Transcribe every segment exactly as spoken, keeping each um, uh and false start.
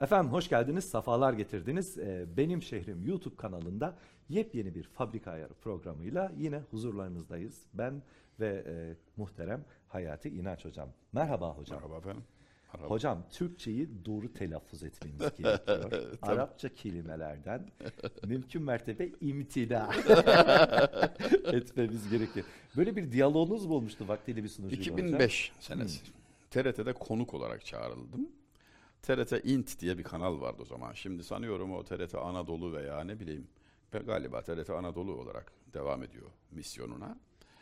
Efendim hoş geldiniz, safalar getirdiniz. Ee, Benim Şehrim YouTube kanalında yepyeni bir fabrika ayarı programıyla yine huzurlarınızdayız. Ben ve e, muhterem Hayati İnanç Hocam. Merhaba hocam. Merhaba efendim. Merhaba. Hocam Türkçeyi doğru telaffuz etmemiz gerekiyor. Arapça kelimelerden mümkün mertebe imtina etmemiz gerekiyor. Böyle bir diyaloğunuz mu olmuştu vaktiyle bir sunucuyla hocam? iki bin beş senesi. Hmm. T R T'de konuk olarak çağrıldım. T R T Int diye bir kanal vardı o zaman. Şimdi sanıyorum o T R T Anadolu veya ne bileyim galiba T R T Anadolu olarak devam ediyor misyonuna.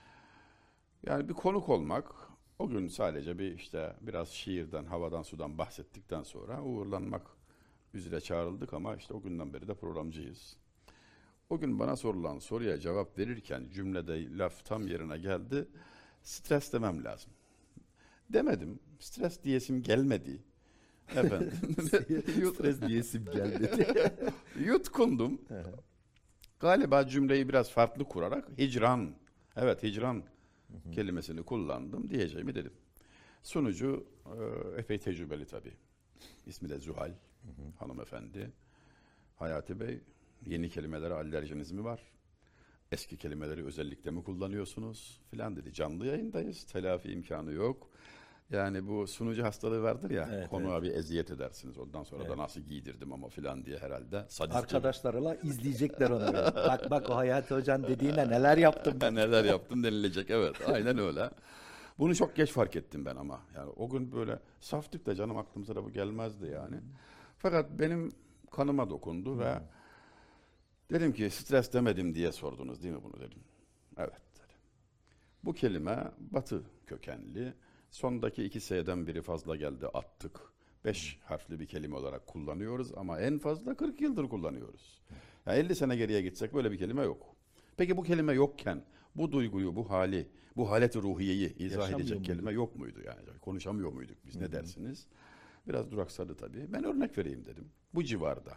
Yani bir konuk olmak, o gün sadece bir işte biraz şiirden, havadan, sudan bahsettikten sonra uğurlanmak üzere çağrıldık ama işte o günden beri de programcıyız. O gün bana sorulan soruya cevap verirken cümlede laf tam yerine geldi. Stres demem lazım. Demedim. Stres diyesim gelmedi. Efendim. Stres diyesim geldi. Yutkundum. Galiba cümleyi biraz farklı kurarak hicran, evet hicran kelimesini kullandım diyeceğimi dedim. Sunucu e, epey tecrübeli tabii. İsmi de Zuhal hanımefendi. Hayati Bey, yeni kelimelere alerjiniz mi var? Eski kelimeleri özellikle mi kullanıyorsunuz? Filan dedi. Canlı yayındayız. Telafi imkanı yok. Yani bu sunucu hastalığı vardır ya, evet, konuğa evet. bir eziyet edersiniz. Ondan sonra evet. da nasıl giydirdim ama filan diye herhalde. Arkadaşlarla izleyecekler onu. Bak bak o Hayati Hoca'nın dediğine neler yaptım. Ben neler yaptım denilecek, evet. Aynen öyle. Bunu çok geç fark ettim ben ama. Yani o gün böyle saftık da canım aklımıza da bu gelmezdi yani. Fakat benim kanıma dokundu hmm. ve dedim ki stres demedim diye sordunuz değil mi bunu dedim. Evet dedim. Bu kelime Batı kökenli. Sondaki iki S'den biri fazla geldi attık. Beş harfli bir kelime olarak kullanıyoruz ama en fazla kırk yıldır kullanıyoruz. Yani elli sene geriye gitsek böyle bir kelime yok. Peki bu kelime yokken bu duyguyu, bu hali, bu halet-i ruhiyeyi izah Yaşamıyor edecek muydu? Kelime yok muydu yani? Konuşamıyor muyduk biz? Hı-hı. Ne dersiniz? Biraz duraksadı tabii. Ben örnek vereyim dedim. Bu civarda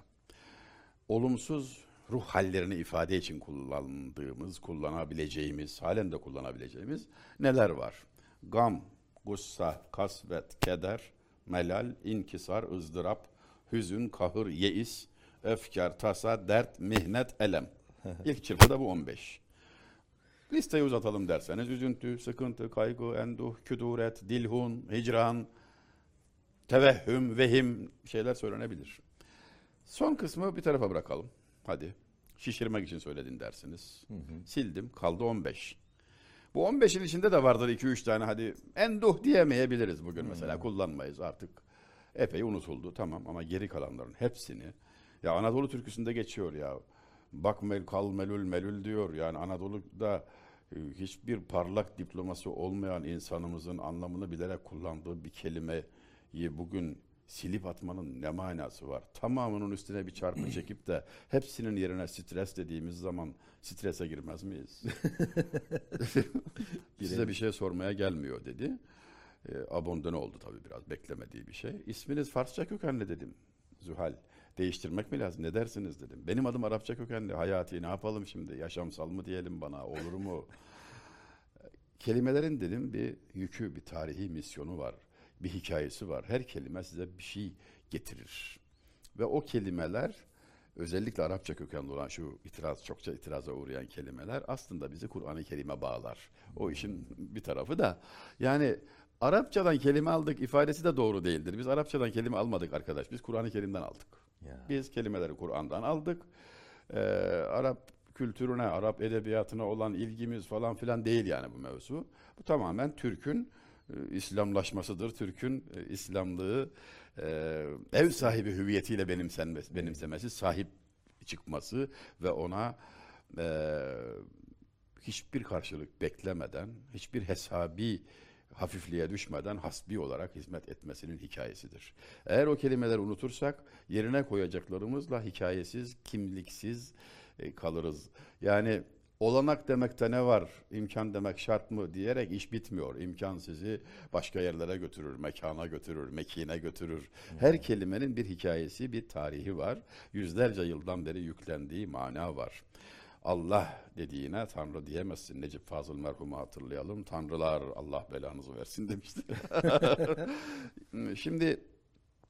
olumsuz ruh hallerini ifade için kullandığımız, kullanabileceğimiz, halen de kullanabileceğimiz neler var? Gam, gussa, kasvet, keder, melal, inkisar, ızdırap, hüzün, kahır, yeis, öfkar, tasa, dert, mihnet, elem. İlk çırpıda bu on beş. Listeyi uzatalım derseniz üzüntü, sıkıntı, kaygı, enduh, küduret, dilhun, hicran, tevehhüm, vehim şeyler söylenebilir. Son kısmı bir tarafa bırakalım. Hadi. Şişirmek için söyledin dersiniz. Hı hı. Sildim. Kaldı on beş. Bu on beşin içinde de vardır iki üç tane hadi enduh diyemeyebiliriz bugün mesela. Hı. Kullanmayız artık. Epey unutuldu tamam ama geri kalanların hepsini ya Anadolu türküsünde geçiyor ya. Bak mel kal melül melül diyor. Yani Anadolu'da hiçbir parlak diploması olmayan insanımızın anlamını bilerek kullandığı bir kelimeyi bugün silip atmanın ne manası var? Tamamının üstüne bir çarpı çekip de hepsinin yerine stres dediğimiz zaman strese girmez miyiz? Size bir şey sormaya gelmiyor dedi. E, abondone oldu tabii biraz beklemediği bir şey. İsminiz Farsça kökenli dedim. Zuhal. Değiştirmek mi lazım? Ne dersiniz dedim. Benim adım Arapça kökenli. Hayati ne yapalım şimdi? Yaşamsal mı diyelim bana? Olur mu? Kelimelerin dedim bir yükü, bir tarihi misyonu var. Bir hikayesi var. Her kelime size bir şey getirir. Ve o kelimeler özellikle Arapça kökenli olan şu itiraz, çokça itiraza uğrayan kelimeler aslında bizi Kur'an-ı Kerim'e bağlar. O işin bir tarafı da yani Arapçadan kelime aldık ifadesi de doğru değildir. Biz Arapçadan kelime almadık arkadaş. Biz Kur'an-ı Kerim'den aldık. Ya. Biz kelimeleri Kur'an'dan aldık. Ee, Arap kültürüne, Arap edebiyatına olan ilgimiz falan filan değil yani bu mevzu. Bu tamamen Türk'ün e, İslamlaşmasıdır. Türk'ün e, İslamlığı e, ev sahibi hüviyetiyle benimsenmesi, benimsemesi, sahip çıkması ve ona e, hiçbir karşılık beklemeden, hiçbir hesabi hafifliğe düşmeden hasbi olarak hizmet etmesinin hikayesidir. Eğer o kelimeleri unutursak yerine koyacaklarımızla hikayesiz, kimliksiz e, kalırız. Yani olanak demekte ne var, imkan demek şart mı diyerek iş bitmiyor. İmkan sizi başka yerlere götürür, mekana götürür, mekine götürür. Her kelimenin bir hikayesi, bir tarihi var. Yüzlerce yıldan beri yüklendiği mana var. Allah dediğine Tanrı diyemezsin. Necip Fazıl merhumu hatırlayalım. Tanrılar Allah belanızı versin demişti. Şimdi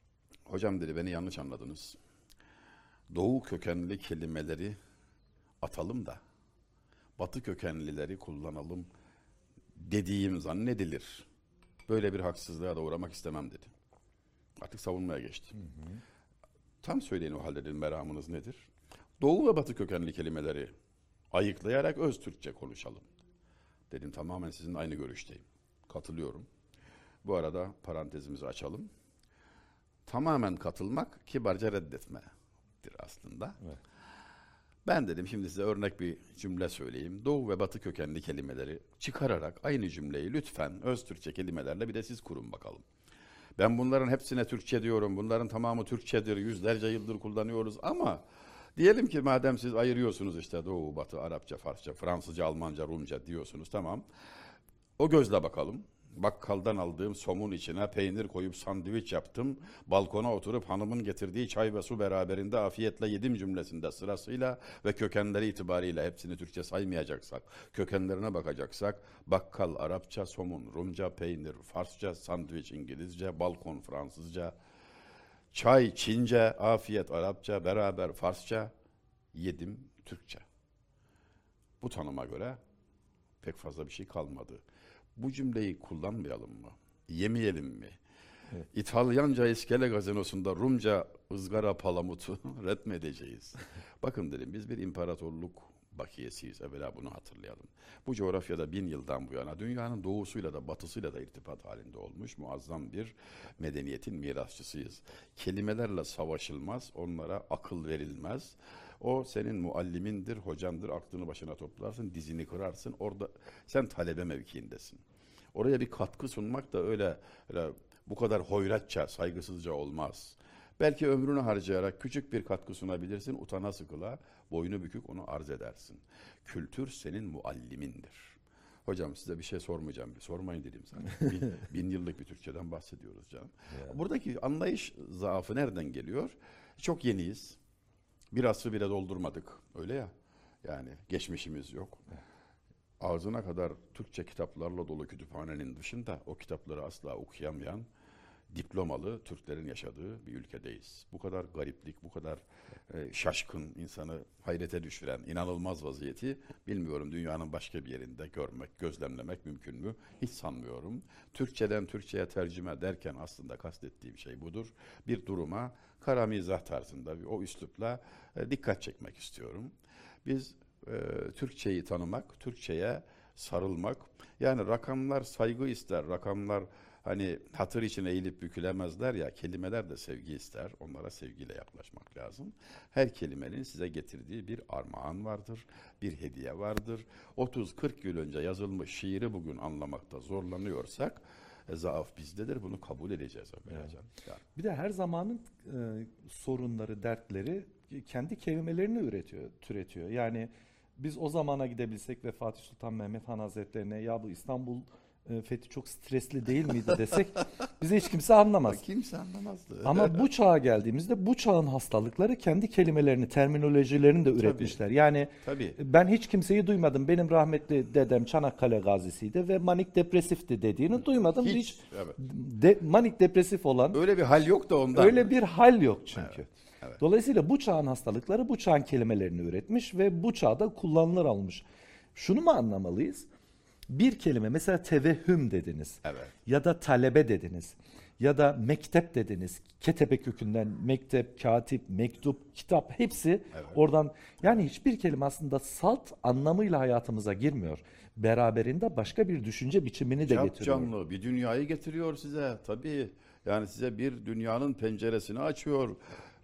hocam dedi beni yanlış anladınız. Doğu kökenli kelimeleri atalım da Batı kökenlileri kullanalım dediğim zannedilir. Böyle bir haksızlığa da uğramak istemem dedi. Artık savunmaya geçti. Hı hı. Tam söyleyin o halde dedim, meramınız nedir? Doğu ve Batı kökenli kelimeleri ayıklayarak öz Türkçe konuşalım. Dedim tamamen sizinle aynı görüşteyim. Katılıyorum. Bu arada parantezimizi açalım. Tamamen katılmak kibarca reddetmedir aslında. Evet. Ben dedim şimdi size örnek bir cümle söyleyeyim. Doğu ve Batı kökenli kelimeleri çıkararak aynı cümleyi lütfen öz Türkçe kelimelerle bir de siz kurun bakalım. Ben bunların hepsine Türkçe diyorum. Bunların tamamı Türkçedir. Yüzlerce yıldır kullanıyoruz ama diyelim ki madem siz ayırıyorsunuz işte Doğu, Batı, Arapça, Farsça, Fransızca, Almanca, Rumca diyorsunuz, tamam. O gözle bakalım. Bakkaldan aldığım somun içine peynir koyup sandviç yaptım. Balkona oturup hanımın getirdiği çay ve su beraberinde afiyetle yedim cümlesinde sırasıyla ve kökenleri itibariyle hepsini Türkçe saymayacaksak, kökenlerine bakacaksak bakkal Arapça, somun Rumca, peynir Farsça, sandviç İngilizce, balkon Fransızca, çay Çince, afiyet Arapça, beraber Farsça, yedim Türkçe. Bu tanıma göre pek fazla bir şey kalmadı. Bu cümleyi kullanmayalım mı? Yemeyelim mi? Evet. İtalyanca iskele gazinosunda Rumca ızgara palamutu ret mi edeceğiz? Bakın dedim, biz bir imparatorluk bakiyesiyiz. Evvela bunu hatırlayalım. Bu coğrafyada bin yıldan bu yana dünyanın doğusuyla da batısıyla da irtibat halinde olmuş muazzam bir medeniyetin mirasçısıyız. Kelimelerle savaşılmaz, onlara akıl verilmez. O senin muallimindir, hocandır, aklını başına toplarsın, dizini kırarsın, orada sen talebe mevkiindesin. Oraya bir katkı sunmak da öyle, öyle bu kadar hoyratça, saygısızca olmaz. Belki ömrünü harcayarak küçük bir katkı sunabilirsin, utana sıkıla, boynu bükük onu arz edersin. Kültür senin muallimindir. Hocam size bir şey sormayacağım, sormayın dedim sana. bin, bin yıllık bir Türkçeden bahsediyoruz canım. Yani. Buradaki anlayış zaafı nereden geliyor? Çok yeniyiz. Bir asrı bile doldurmadık, öyle ya. Yani geçmişimiz yok. Ağzına kadar Türkçe kitaplarla dolu kütüphanenin dışında o kitapları asla okuyamayan diplomalı Türklerin yaşadığı bir ülkedeyiz. Bu kadar gariplik, bu kadar e, şaşkın, insanı hayrete düşüren inanılmaz vaziyeti bilmiyorum dünyanın başka bir yerinde görmek, gözlemlemek mümkün mü? Hiç sanmıyorum. Türkçeden Türkçe'ye tercüme derken aslında kastettiğim şey budur. Bir duruma kara mizah tarzında bir, o üslupla e, dikkat çekmek istiyorum. Biz e, Türkçeyi tanımak, Türkçe'ye sarılmak, yani rakamlar saygı ister, rakamlar hani hatır için eğilip bükülemezler ya, kelimeler de sevgi ister. Onlara sevgiyle yaklaşmak lazım. Her kelimenin size getirdiği bir armağan vardır, bir hediye vardır. otuz kırk yıl önce yazılmış şiiri bugün anlamakta zorlanıyorsak e, zaaf bizdedir. Bunu kabul edeceğiz. Evet. Yani. Bir de her zamanın e, sorunları, dertleri kendi kelimelerini üretiyor, türetiyor. Yani biz o zamana gidebilsek ve Fatih Sultan Mehmet Han Hazretlerine ya bu İstanbul fethi çok stresli değil miydi desek bize hiç kimse anlamaz. Kimse anlamazdı. Ama bu çağa geldiğimizde bu çağın hastalıkları kendi kelimelerini, terminolojilerini de üretmişler. Tabii. Yani Tabii. Ben hiç kimseyi duymadım. Benim rahmetli dedem Çanakkale gazisiydi ve manik depresifti dediğini duymadım. Hiç, hiç evet. de, manik depresif olan öyle bir hal yok da ondan. Öyle bir hal yok çünkü. Evet. Evet. Dolayısıyla bu çağın hastalıkları bu çağın kelimelerini üretmiş ve bu çağda kullanılır olmuş. Şunu mu anlamalıyız? Bir kelime mesela tevehhüm dediniz, evet. ya da talebe dediniz ya da mektep dediniz. Ketebe kökünden mektep, katip, mektup, kitap hepsi evet. oradan. Yani hiçbir kelime aslında salt anlamıyla hayatımıza girmiyor. Beraberinde başka bir düşünce biçimini de Cap getiriyor. Canlı bir dünyayı getiriyor size tabii. Yani size bir dünyanın penceresini açıyor.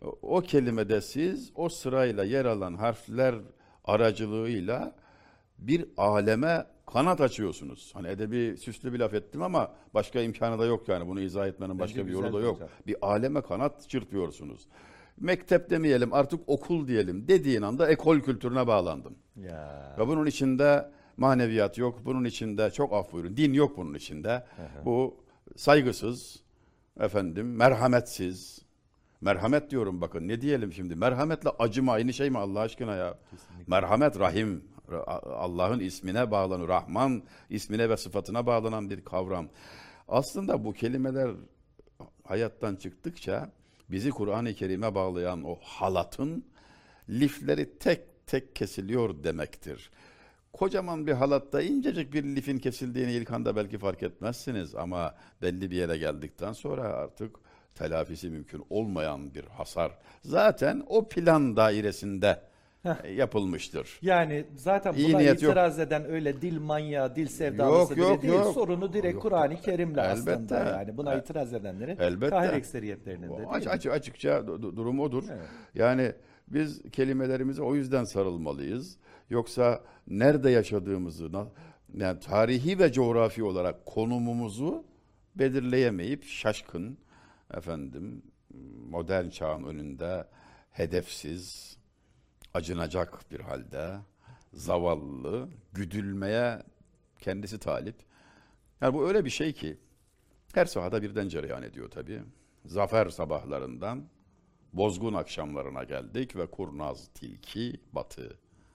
O kelimede siz o sırayla yer alan harfler aracılığıyla bir aleme kanat açıyorsunuz. Hani edebi süslü bir laf ettim ama başka imkanı da yok yani. Bunu izah etmenin başka Bence bir yolu da yok. Hocam. Bir aleme kanat çırpıyorsunuz. Mektep demeyelim, artık okul diyelim dediğin anda ekol kültürüne bağlandım. Ya. Ve bunun içinde maneviyat yok. Bunun içinde çok af buyurun. Din yok bunun içinde. Aha. Bu saygısız, efendim merhametsiz. Merhamet diyorum bakın, ne diyelim şimdi? Merhametle acıma aynı şey mi Allah aşkına ya? Kesinlikle. Merhamet, rahim, Allah'ın ismine bağlanır. Rahman ismine ve sıfatına bağlanan bir kavram. Aslında bu kelimeler hayattan çıktıkça bizi Kur'an-ı Kerim'e bağlayan o halatın lifleri tek tek kesiliyor demektir. Kocaman bir halatta incecik bir lifin kesildiğini ilk anda belki fark etmezsiniz ama belli bir yere geldikten sonra artık telafisi mümkün olmayan bir hasar zaten o plan dairesinde Heh. yapılmıştır. Yani zaten İyi buna niyet yok. itiraz eden öyle dil manyağı, dil sevdalısı biri yok, değil. yok. Sorunu direkt Yok. Kur'an-ı Kerim'le Elbette. aslında. Yani buna El- itiraz edenlerin Elbette. kahir ekseriyetlerinin de değil Aç, mi? aç, açıkça du- durum odur. Evet. Yani biz kelimelerimize o yüzden sarılmalıyız. Yoksa nerede yaşadığımızı, na- yani tarihi ve coğrafi olarak konumumuzu belirleyemeyip şaşkın, efendim, modern çağın önünde hedefsiz, acınacak bir halde, zavallı, güdülmeye kendisi talip. Yani bu öyle bir şey ki her sahada birden cereyan ediyor tabii. Zafer sabahlarından bozgun akşamlarına geldik ve kurnaz tilki batı.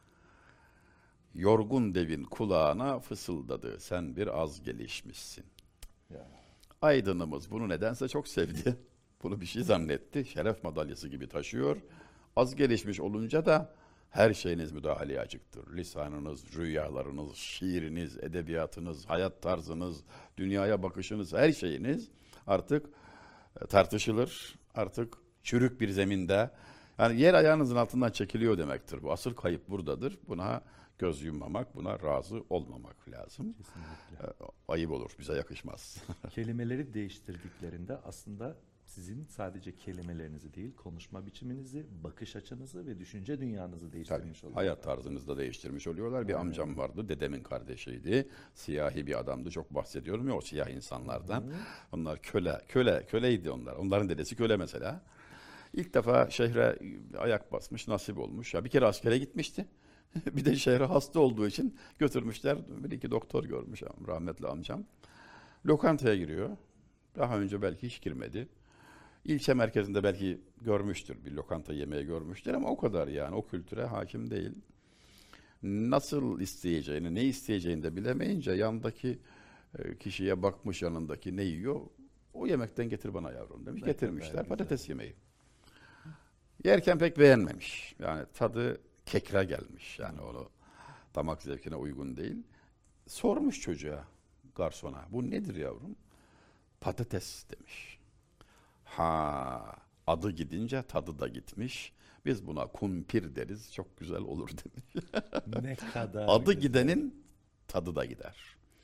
Yorgun devin kulağına fısıldadı. Sen bir az gelişmişsin. Ya. Aydınımız bunu nedense çok sevdi. Bunu bir şey zannetti. Şeref madalyası gibi taşıyor. Az gelişmiş olunca da her şeyiniz müdahaleye açıktır. Lisanınız, rüyalarınız, şiiriniz, edebiyatınız, hayat tarzınız, dünyaya bakışınız, her şeyiniz artık e, tartışılır. Artık çürük bir zeminde. Yani yer ayağınızın altından çekiliyor demektir. Bu asıl kayıp buradadır. Buna göz yummamak, buna razı olmamak lazım. Kesinlikle. E, Ayıp olur, bize yakışmaz. Kelimeleri değiştirdiklerinde aslında sizin sadece kelimelerinizi değil, konuşma biçiminizi, bakış açınızı ve düşünce dünyanızı Tabii, değiştirmiş oluyor. hayat tarzınızı da değiştirmiş oluyorlar. Bir amcam vardı, dedemin kardeşiydi. Siyahi bir adamdı, çok bahsediyorum ya o siyah insanlardan. Onlar köle, köle, köleydi onlar. Onların dedesi köle mesela. İlk defa şehre ayak basmış, nasip olmuş. Ya bir kere askere gitmişti. Bir de şehre hasta olduğu için götürmüşler. Bir iki doktor görmüş rahmetli amcam. Lokantaya giriyor. Daha önce belki hiç girmedi. İlçe merkezinde belki görmüştür, bir lokanta yemeği görmüştür ama o kadar yani o kültüre hakim değil. Nasıl isteyeceğini, ne isteyeceğini de bilemeyince yandaki e, kişiye bakmış yanındaki ne yiyor? O yemekten getir bana yavrum demiş. Ne Getirmişler kadar patates güzel. yemeği. Yerken pek beğenmemiş. Yani tadı kekre gelmiş. Yani onu damak zevkine uygun değil. Sormuş çocuğa, garsona, bu nedir yavrum? Patates demiş. Ha, adı gidince tadı da gitmiş. Biz buna kumpir deriz. Çok güzel olur demiş. Ne kadar Adı güzel. gidenin tadı da gider.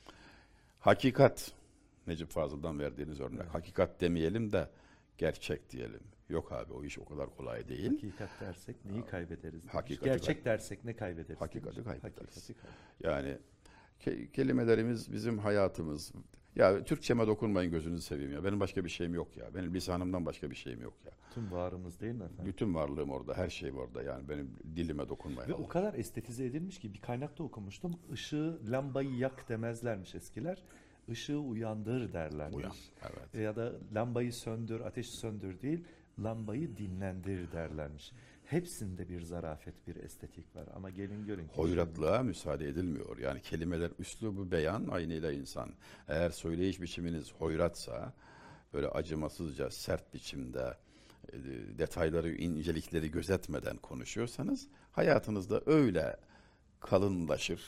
Hakikat. Necip Fazıl'dan verdiğiniz örnek. Evet. Hakikat demeyelim de gerçek diyelim. Yok abi o iş o kadar kolay değil. Hakikat dersek neyi kaybederiz? demiş. Hakikati Gerçek kay- dersek ne kaybederiz? Hakikati demiş. kaybederiz. Hakikati kaybederiz. Yani ke- kelimelerimiz bizim hayatımız. Ya Türkçeme dokunmayın gözünüzü seveyim ya. Benim başka bir şeyim yok ya. Benim lisanımdan başka bir şeyim yok ya. Tüm varımız değil mi efendim? Bütün varlığım orada, her şey orada. Yani benim dilime dokunmayın. Ve o kadar estetize edilmiş ki bir kaynakta okumuştum. Işığı, lambayı yak demezlermiş eskiler. Işığı uyandır derlermiş. Uyan, evet. Ya da lambayı söndür, ateşi söndür değil, lambayı dinlendir derlermiş. Hepsinde bir zarafet, bir estetik var. Ama gelin görün ki... Hoyratlığa müsaade edilmiyor. Yani kelimeler, üslubu beyan aynıyla insan. Eğer söyleyiş biçiminiz hoyratsa, böyle acımasızca, sert biçimde, e, detayları, incelikleri gözetmeden konuşuyorsanız, hayatınızda öyle kalınlaşır.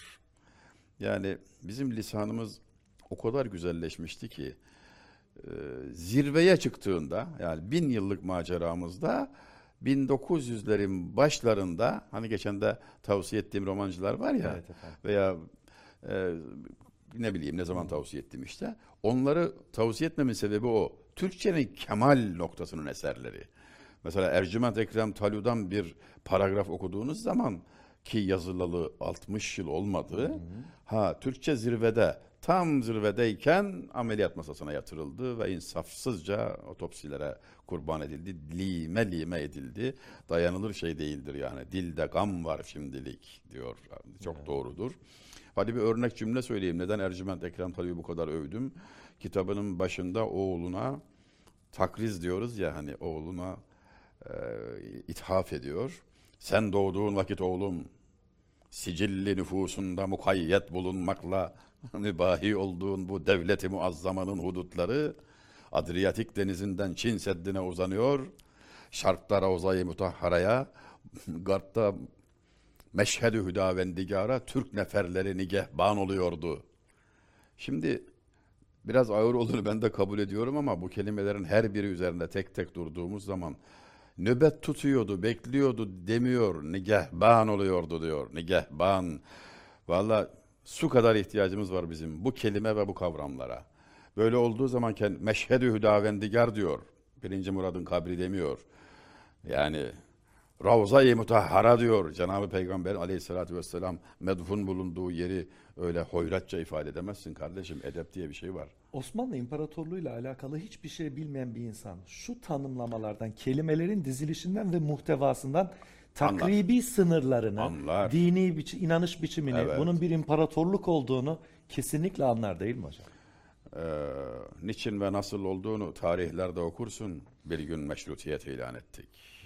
Yani bizim lisanımız o kadar güzelleşmişti ki, e, zirveye çıktığında, yani bin yıllık maceramızda, bin dokuz yüzlerin başlarında, hani geçen de tavsiye ettiğim romancılar var ya, Evet efendim. veya e, ne bileyim ne zaman tavsiye ettim işte, onları tavsiye etmemin sebebi o. Türkçenin kemal noktasının eserleri. Mesela Ercüment Ekrem Talu'dan bir paragraf okuduğunuz zaman, ki yazılalı altmış yıl olmadı, ha Türkçe zirvede, tam zirvedeyken ameliyat masasına yatırıldı ve insafsızca otopsilere kurban edildi. Lime lime edildi. Dayanılır şey değildir yani. Dilde gam var şimdilik diyor. Çok Evet. doğrudur. Hadi bir örnek cümle söyleyeyim. Neden Ercüment Ekrem Talu'yu bu kadar övdüm? Kitabının başında oğluna takriz diyoruz ya, hani oğluna e, ithaf ediyor. Sen doğduğun vakit oğlum sicilli nüfusunda mukayyet bulunmakla mübahi olduğun bu devleti muazzamanın hudutları Adriyatik denizinden Çin Seddi'ne uzanıyor. Şarkta Ravza-i Mutahhara'ya, Garp'ta Meşhedü Hüdavendigara Türk neferleri nigehban oluyordu. Şimdi biraz ağır olduğunu ben de kabul ediyorum ama bu kelimelerin her biri üzerinde tek tek durduğumuz zaman nöbet tutuyordu, bekliyordu demiyor, nigehban oluyordu diyor, nigehban. Vallahi su kadar ihtiyacımız var bizim bu kelime ve bu kavramlara. Böyle olduğu zaman meşhedü hüdavendigar diyor, birinci Murad'ın kabri demiyor. Yani Ravza-i Mutahhara diyor. Cenab-ı Peygamber aleyhissalatü vesselam medfun bulunduğu yeri öyle hoyratça ifade edemezsin kardeşim. Edep diye bir şey var. Osmanlı İmparatorluğu ile alakalı hiçbir şey bilmeyen bir insan şu tanımlamalardan, kelimelerin dizilişinden ve muhtevasından takribi Anlar. sınırlarını, Anlar. dini biçi, inanış biçimini, Evet. bunun bir imparatorluk olduğunu kesinlikle anlar değil mi hocam? Ee, niçin ve nasıl olduğunu tarihlerde okursun. Bir gün meşrutiyet ilan ettik.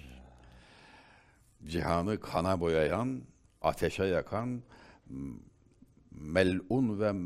Cihanı kana boyayan, ateşe yakan, melun ve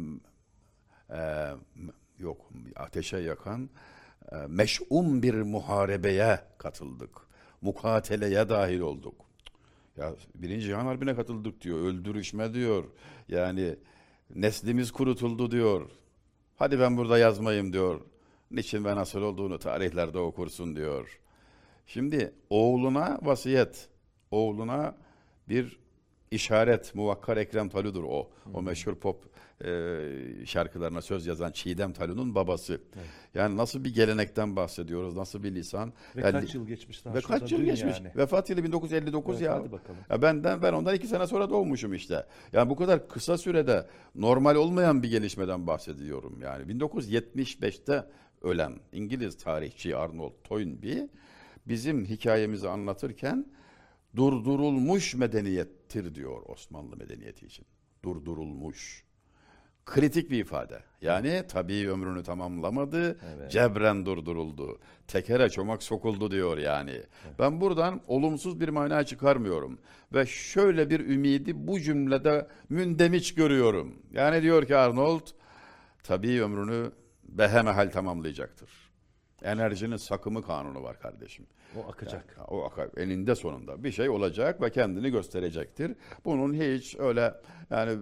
e, yok ateşe yakan, e, meş'um bir muharebeye katıldık. Mukateleye dahil olduk. Ya Birinci Cihan Harbi'ne katıldık diyor. Öldürüşme diyor. Yani neslimiz kurutuldu diyor. Hadi ben burada yazmayayım diyor. Niçin ve nasıl olduğunu tarihlerde okursun diyor. Şimdi oğluna vasiyet, oğluna bir işaret, Muvakkar Ekrem Talu'dur o. Hmm. O meşhur pop e, şarkılarına söz yazan Çiğdem Talu'nun babası. Evet. Yani nasıl bir gelenekten bahsediyoruz, nasıl bir lisan. Ve yani, kaç yıl geçmiş daha? Ve kaç yıl geçmiş? Yani. Vefat yılı bin dokuz yüz elli dokuz evet, ya. Hadi bakalım. Ya benden ben ondan iki sene sonra doğmuşum işte. Yani bu kadar kısa sürede normal olmayan bir gelişmeden bahsediyorum. Yani bin dokuz yüz yetmiş beşte ölen İngiliz tarihçi Arnold Toynbee bizim hikayemizi anlatırken durdurulmuş medeniyettir diyor Osmanlı medeniyeti için. Durdurulmuş. Kritik bir ifade. Yani tabii ömrünü tamamlamadı, evet. Cebren durduruldu. Tekere çomak sokuldu diyor yani. Evet. Ben buradan olumsuz bir mana çıkarmıyorum. Ve şöyle bir ümidi bu cümlede mündemiş görüyorum. Yani diyor ki Arnold, tabii ömrünü behemehal tamamlayacaktır. Enerjinin sakımı kanunu var kardeşim. O akacak. Yani, o akar. Eninde sonunda bir şey olacak ve kendini gösterecektir. Bunun hiç öyle yani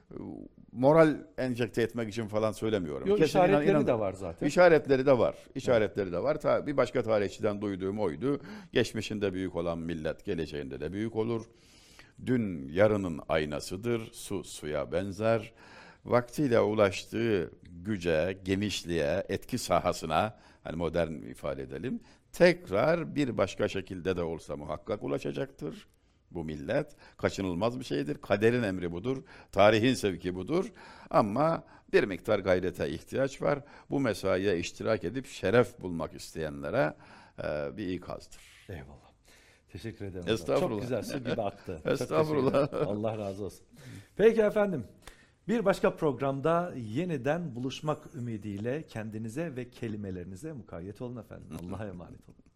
moral enjekte etmek için falan söylemiyorum. Yok, işaretleri inan, inan, de var zaten. İşaretleri de var. İşaretleri evet. de var. Ta, bir başka tarihçiden duyduğum oydu. Geçmişinde büyük olan millet geleceğinde de büyük olur. Dün yarının aynasıdır. Su suya benzer. Vaktiyle ulaştığı güce, genişliğe, etki sahasına, hani modern ifade edelim, tekrar bir başka şekilde de olsa muhakkak ulaşacaktır. Bu millet kaçınılmaz bir şeydir. Kaderin emri budur. Tarihin sevki budur. Ama bir miktar gayrete ihtiyaç var. Bu mesaiye iştirak edip şeref bulmak isteyenlere e, bir ikazdır. Eyvallah. Teşekkür ederim. Estağfurullah. Çok güzel, su gibi aktı. Estağfurullah. Allah razı olsun. Peki efendim. Bir başka programda yeniden buluşmak ümidiyle kendinize ve kelimelerinize mukayyet olun efendim. Allah'a emanet olun.